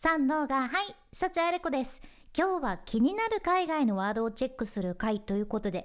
3のが幸あれ子です。今日は気になる海外のワードをチェックする回ということで、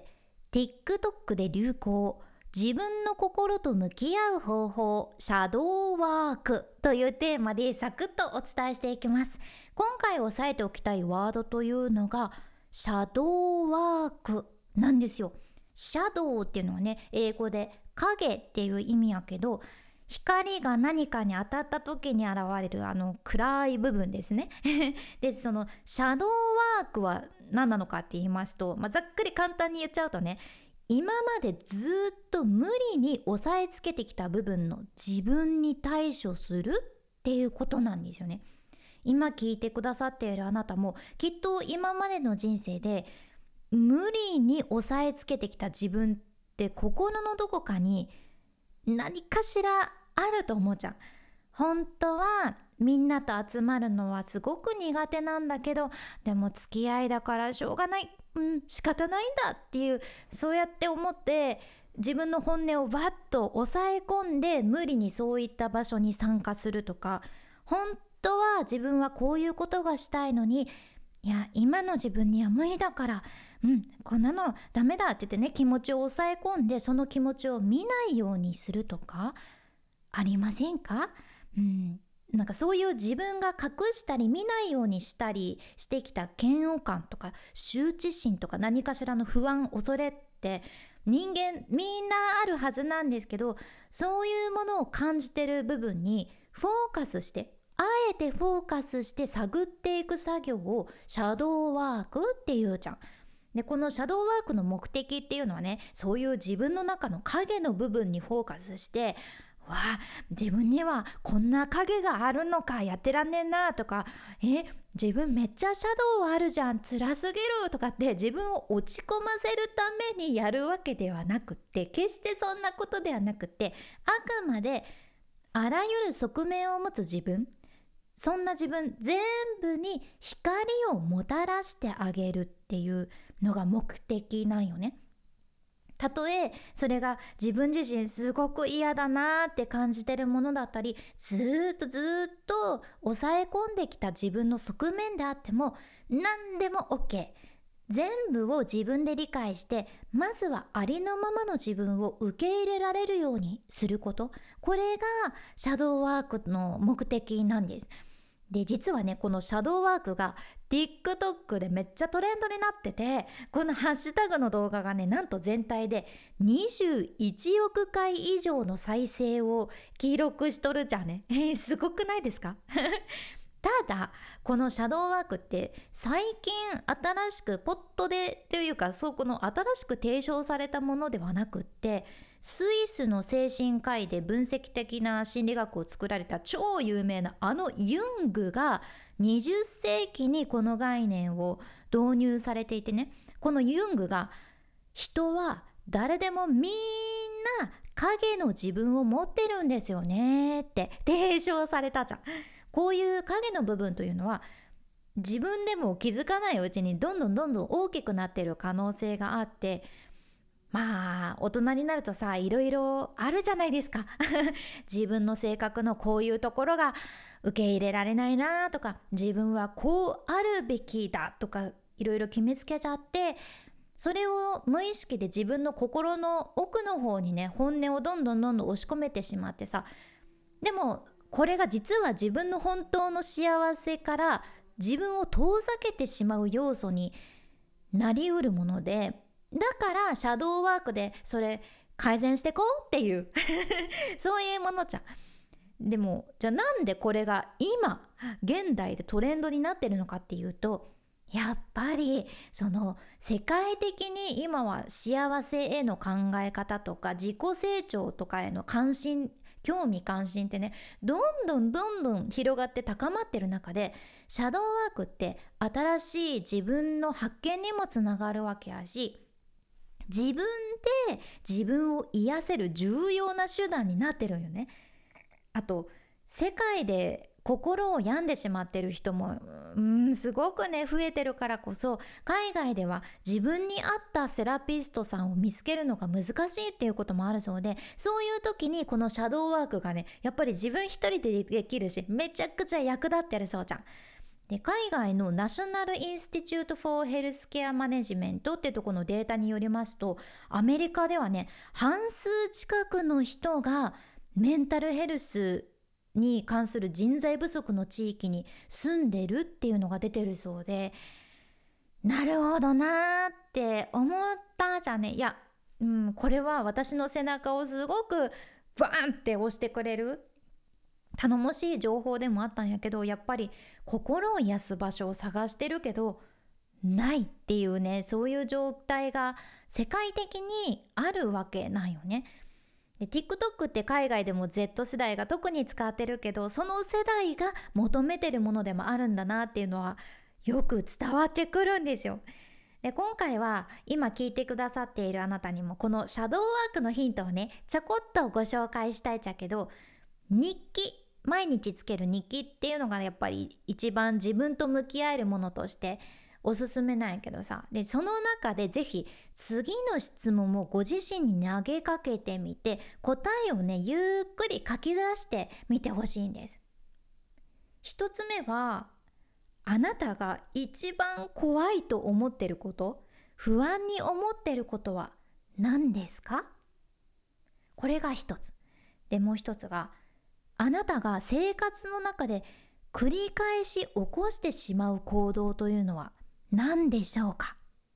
TikTok で流行、自分の心と向き合う方法、シャドーワークというテーマでサクッとお伝えしていきます。今回押さえておきたいワードというのがシャドーワークなんですよ。シャドウっていうのはね、英語で影っていう意味やけど、光が何かに当たった時に現れる暗い部分ですねで、そのシャドーワークは何なのかって言いますと、ざっくり簡単に言っちゃうとね、今までずっと無理に押さえつけてきた部分の自分に対処するっていうことなんですよね。今聞いてくださっているあなたもきっと今までの人生で無理に押さえつけてきた自分って心のどこかに何かしらあると思うじゃん。本当はみんなと集まるのはすごく苦手なんだけど、でも付き合いだからしょうがない、仕方ないんだっていう、そうやって思って自分の本音をバッと抑え込んで無理にそういった場所に参加するとか、本当は自分はこういうことがしたいのに、いや今の自分には無理だから、こんなのダメだって言ってね、気持ちを抑え込んでその気持ちを見ないようにするとかありませんか？なんかそういう自分が隠したり見ないようにしたりしてきた嫌悪感とか羞恥心とか何かしらの不安、恐れって人間みんなあるはずなんですけど、そういうものを感じてる部分にフォーカスして、あえてフォーカスして探っていく作業をシャドーワークっていうじゃん。で、このシャドーワークの目的っていうのはね、そういう自分の中の影の部分にフォーカスして、わあ自分にはこんな影があるのか、やってらんねんなとか、自分めっちゃシャドウあるじゃん、辛すぎるとかって自分を落ち込ませるためにやるわけではなくって、決してそんなことではなくって、あくまであらゆる側面を持つ自分、そんな自分全部に光をもたらしてあげるっていうのが目的なんよね。たとえそれが自分自身すごく嫌だなって感じてるものだったり、ずっと抑え込んできた自分の側面であっても何でも OK、 全部を自分で理解して、まずはありのままの自分を受け入れられるようにすること、これがシャドーワークの目的なんです。で、実はね、このシャドーワークが TikTok でめっちゃトレンドになってて、このハッシュタグの動画がね、なんと全体で21億回以上の再生を記録しとるじゃんね。すごくないですか？ただこのシャドーワークって最近新しくポットでというか、この新しく提唱されたものではなくって、スイスの精神科医で分析的な心理学を作られた超有名なユングが20世紀にこの概念を導入されていてね、このユングが人は誰でもみんな影の自分を持ってるんですよねって提唱されたじゃん。こういう影の部分というのは自分でも気づかないうちにどんどん大きくなっている可能性があって、大人になるとさ、いろいろあるじゃないですか自分の性格のこういうところが受け入れられないなとか、自分はこうあるべきだとかいろいろ決めつけちゃって、それを無意識で自分の心の奥の方にね、本音をどんどん押し込めてしまってさ、でもこれが実は自分の本当の幸せから自分を遠ざけてしまう要素になりうるもので、だからシャドーワークでそれ改善してこうっていうそういうものじゃん。でもじゃあなんでこれが今現代でトレンドになってるのかっていうと、やっぱりその世界的に今は幸せへの考え方とか自己成長とかへの関心、興味関心ってね、どんどん広がって高まってる中で、シャドーワークって新しい自分の発見にもつながるわけやし、自分で自分を癒せる重要な手段になってるよね。あと世界で心を病んでしまってる人もすごくね増えてるからこそ、海外では自分に合ったセラピストさんを見つけるのが難しいっていうこともあるそうで、そういう時にこのシャドーワークがねやっぱり自分一人でできるし、めちゃくちゃ役立ってるそうじゃん。で、海外のナショナルインスティチュート・フォー・ヘルスケア・マネジメントってとこのデータによりますと、アメリカではね半数近くの人がメンタルヘルスに関する人材不足の地域に住んでるっていうのが出てるそうで、なるほどなーって思ったじゃね。いや、これは私の背中をすごくバーンって押してくれる頼もしい情報でもあったんやけど、やっぱり心を癒す場所を探してるけどないっていうね、そういう状態が世界的にあるわけなんよね。で TikTok って海外でも Z 世代が特に使ってるけど、その世代が求めてるものでもあるんだなっていうのはよく伝わってくるんですよ。で、今回は今聞いてくださっているあなたにもこのシャドーワークのヒントをねちょこっとご紹介したいっちゃけど、日記、毎日つける日記っていうのがやっぱり一番自分と向き合えるものとしておすすめなんやけどさ。で、その中でぜひ次の質問をご自身に投げかけてみて、答えをねゆっくり書き出してみてほしいんです。一つ目は、あなたが一番怖いと思ってること、不安に思ってることは何ですか？これが一つで、もう一つが、あなたが生活の中で繰り返し起こしてしまう行動というのは何でしょうか？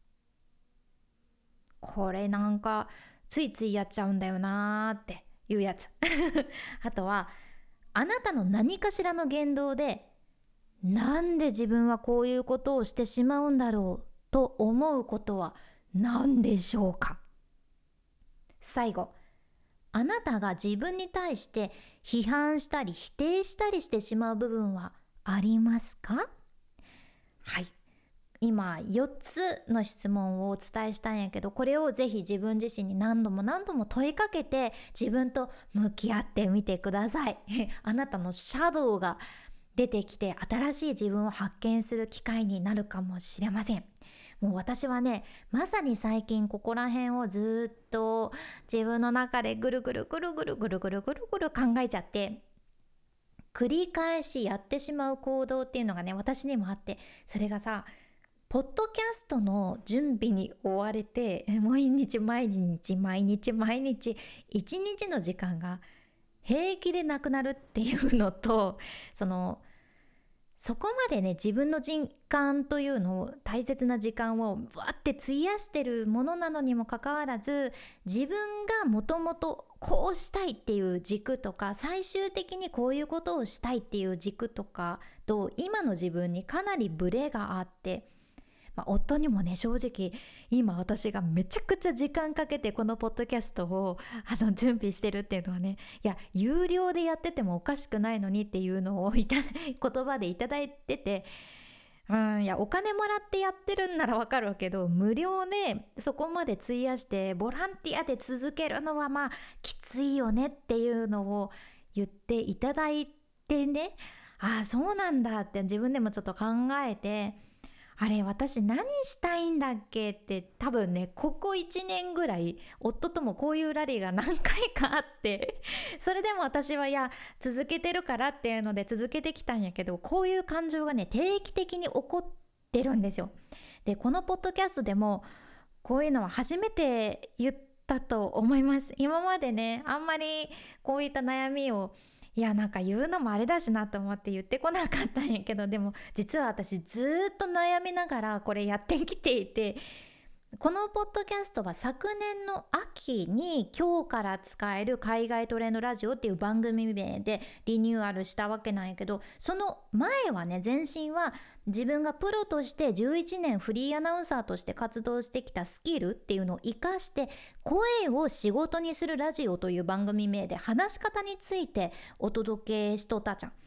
これなんかついついやっちゃうんだよなーっていうやつあとは、あなたの何かしらの言動で、なんで自分はこういうことをしてしまうんだろうと思うことは何でしょうか？最後、あなたが自分に対して批判したり否定したりしてしまう部分はありますか？はい、今4つの質問をお伝えしたんやけど、これをぜひ自分自身に何度も何度も問いかけて自分と向き合ってみてくださいあなたのシャドウが出てきて新しい自分を発見する機会になるかもしれません。もう私はね、まさに最近ここら辺をずっと自分の中でぐるぐるぐるぐるぐるぐるぐるぐる考えちゃって、繰り返しやってしまう行動っていうのがね私にもあって、それがさ、ポッドキャストの準備に追われて毎日毎日毎日毎日一日の時間が平気でなくなるっていうのと、そこまでね自分の時間というのを、大切な時間をバーって費やしてるものなのにもかかわらず、自分がもともとこうしたいっていう軸とか、最終的にこういうことをしたいっていう軸とかと今の自分にかなりブレがあって、夫にもね正直今私がめちゃくちゃ時間かけてこのポッドキャストを準備してるっていうのはね、いや有料でやっててもおかしくないのにっていうのを言葉でいただいてて、いやお金もらってやってるんならわかるけど、無料でそこまで費やしてボランティアで続けるのはきついよねっていうのを言っていただいてね、そうなんだって自分でもちょっと考えて、あれ私何したいんだっけって多分ねここ1年ぐらい夫ともこういうラリーが何回かあってそれでも私はいや続けてるからっていうので続けてきたんやけど、こういう感情がね定期的に起こってるんですよ。でこのポッドキャストでもこういうのは初めて言ったと思います。今までねあんまりこういった悩みをなんか言うのもあれだしなと思って言ってこなかったんやけど、でも実は私ずっと悩みながらこれやってきていて、このポッドキャストは昨年の秋に今日から使える海外トレンドラジオっていう番組名でリニューアルしたわけなんやけど、その前はね前身は自分がプロとして11年フリーアナウンサーとして活動してきたスキルっていうのを生かして声を仕事にするラジオという番組名で話し方についてお届けしとったじゃん。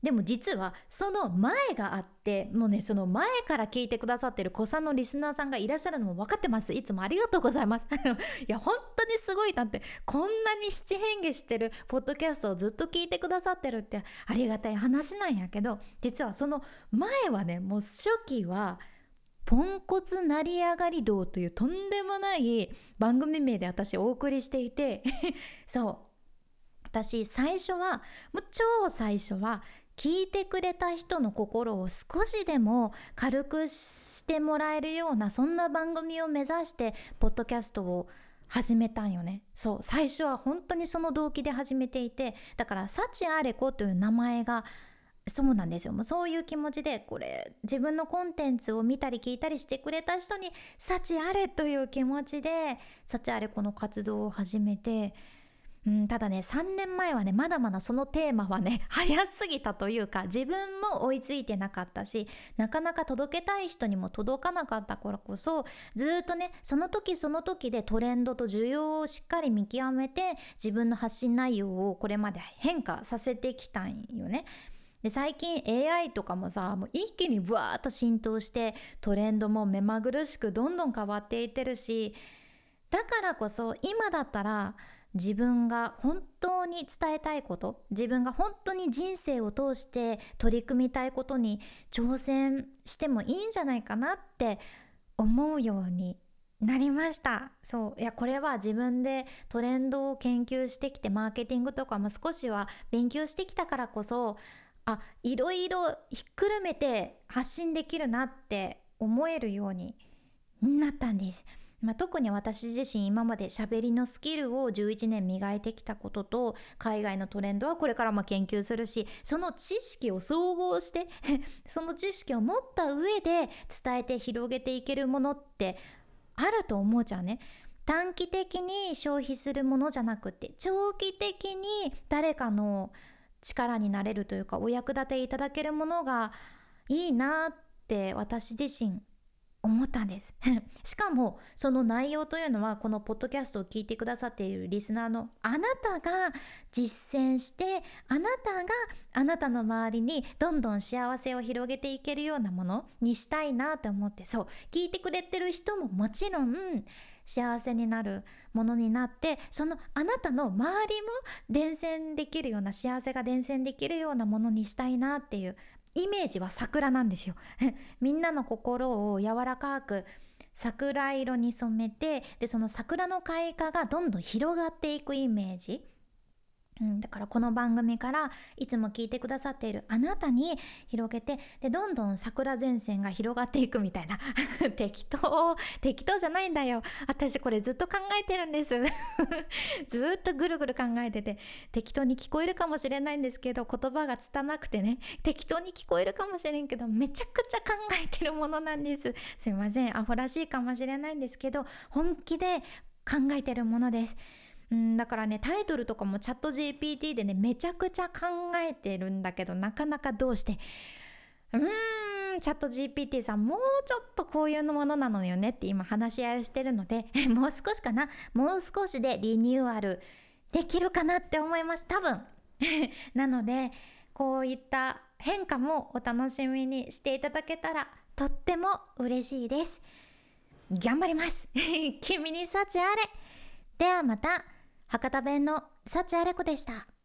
でも実はその前があって、もうね、その前から聞いてくださってる子さんのリスナーさんがいらっしゃるのも分かってます。いつもありがとうございますいや本当にすごいなって、こんなに七変化してるポッドキャストをずっと聞いてくださってるってありがたい話なんやけど、実はその前はね、もう初期はポンコツ成り上がり道というとんでもない番組名で私お送りしていてそう私最初は、もう超最初は聞いてくれた人の心を少しでも軽くしてもらえるような、そんな番組を目指してポッドキャストを始めたんよね。そう、最初は本当にその動機で始めていて、だから幸あれ子という名前がそうなんですよ。もうそういう気持ちで、これ自分のコンテンツを見たり聞いたりしてくれた人に幸あれという気持ちで幸あれ子の活動を始めて、ただね、3年前はね、まだまだそのテーマはね早すぎたというか、自分も追いついてなかったし、なかなか届けたい人にも届かなかったからこそ、ずっとね、その時その時でトレンドと需要をしっかり見極めて、自分の発信内容をこれまで変化させてきたんよね。で、最近 AI とかもさ、もう一気にブワーッと浸透して、トレンドも目まぐるしくどんどん変わっていってるし、だからこそ今だったら自分が本当に伝えたいこと、自分が本当に人生を通して取り組みたいことに挑戦してもいいんじゃないかなって思うようになりました。そう、いや、これは自分でトレンドを研究してきて、マーケティングとかも少しは勉強してきたからこそ、いろいろひっくるめて発信できるなって思えるようになったんです。特に私自身、今まで喋りのスキルを11年磨いてきたことと、海外のトレンドはこれからも研究するし、その知識を総合してその知識を持った上で伝えて広げていけるものってあると思うじゃんね。短期的に消費するものじゃなくて、長期的に誰かの力になれるというか、お役立ていただけるものがいいなって私自身思ったんですしかもその内容というのは、このポッドキャストを聞いてくださっているリスナーのあなたが実践して、あなたがあなたの周りにどんどん幸せを広げていけるようなものにしたいなと思って、そう、聞いてくれてる人ももちろん幸せになるものになって、そのあなたの周りも伝染できるような、幸せが伝染できるようなものにしたいなっていうイメージは桜なんですよみんなの心を柔らかく桜色に染めて、でその桜の開花がどんどん広がっていくイメージ、だからこの番組からいつも聞いてくださっているあなたに広げて、でどんどん桜前線が広がっていくみたいな適当じゃないんだよ、私これずっと考えてるんですずっとぐるぐる考えてて、適当に聞こえるかもしれないんですけど、言葉が拙くてね、適当に聞こえるかもしれんけど、めちゃくちゃ考えてるものなんです。すいません、アホらしいかもしれないんですけど、本気で考えてるものです。だからね、タイトルとかもチャット GPT でね、めちゃくちゃ考えてるんだけど、なかなかどうしてチャット GPT さん、もうちょっとこういうものなのよねって今話し合いをしてるのでもう少しかな、もう少しでリニューアルできるかなって思います、多分なので、こういった変化もお楽しみにしていただけたらとっても嬉しいです。頑張ります君に幸あれ。ではまた。博多弁の幸あれ子でした。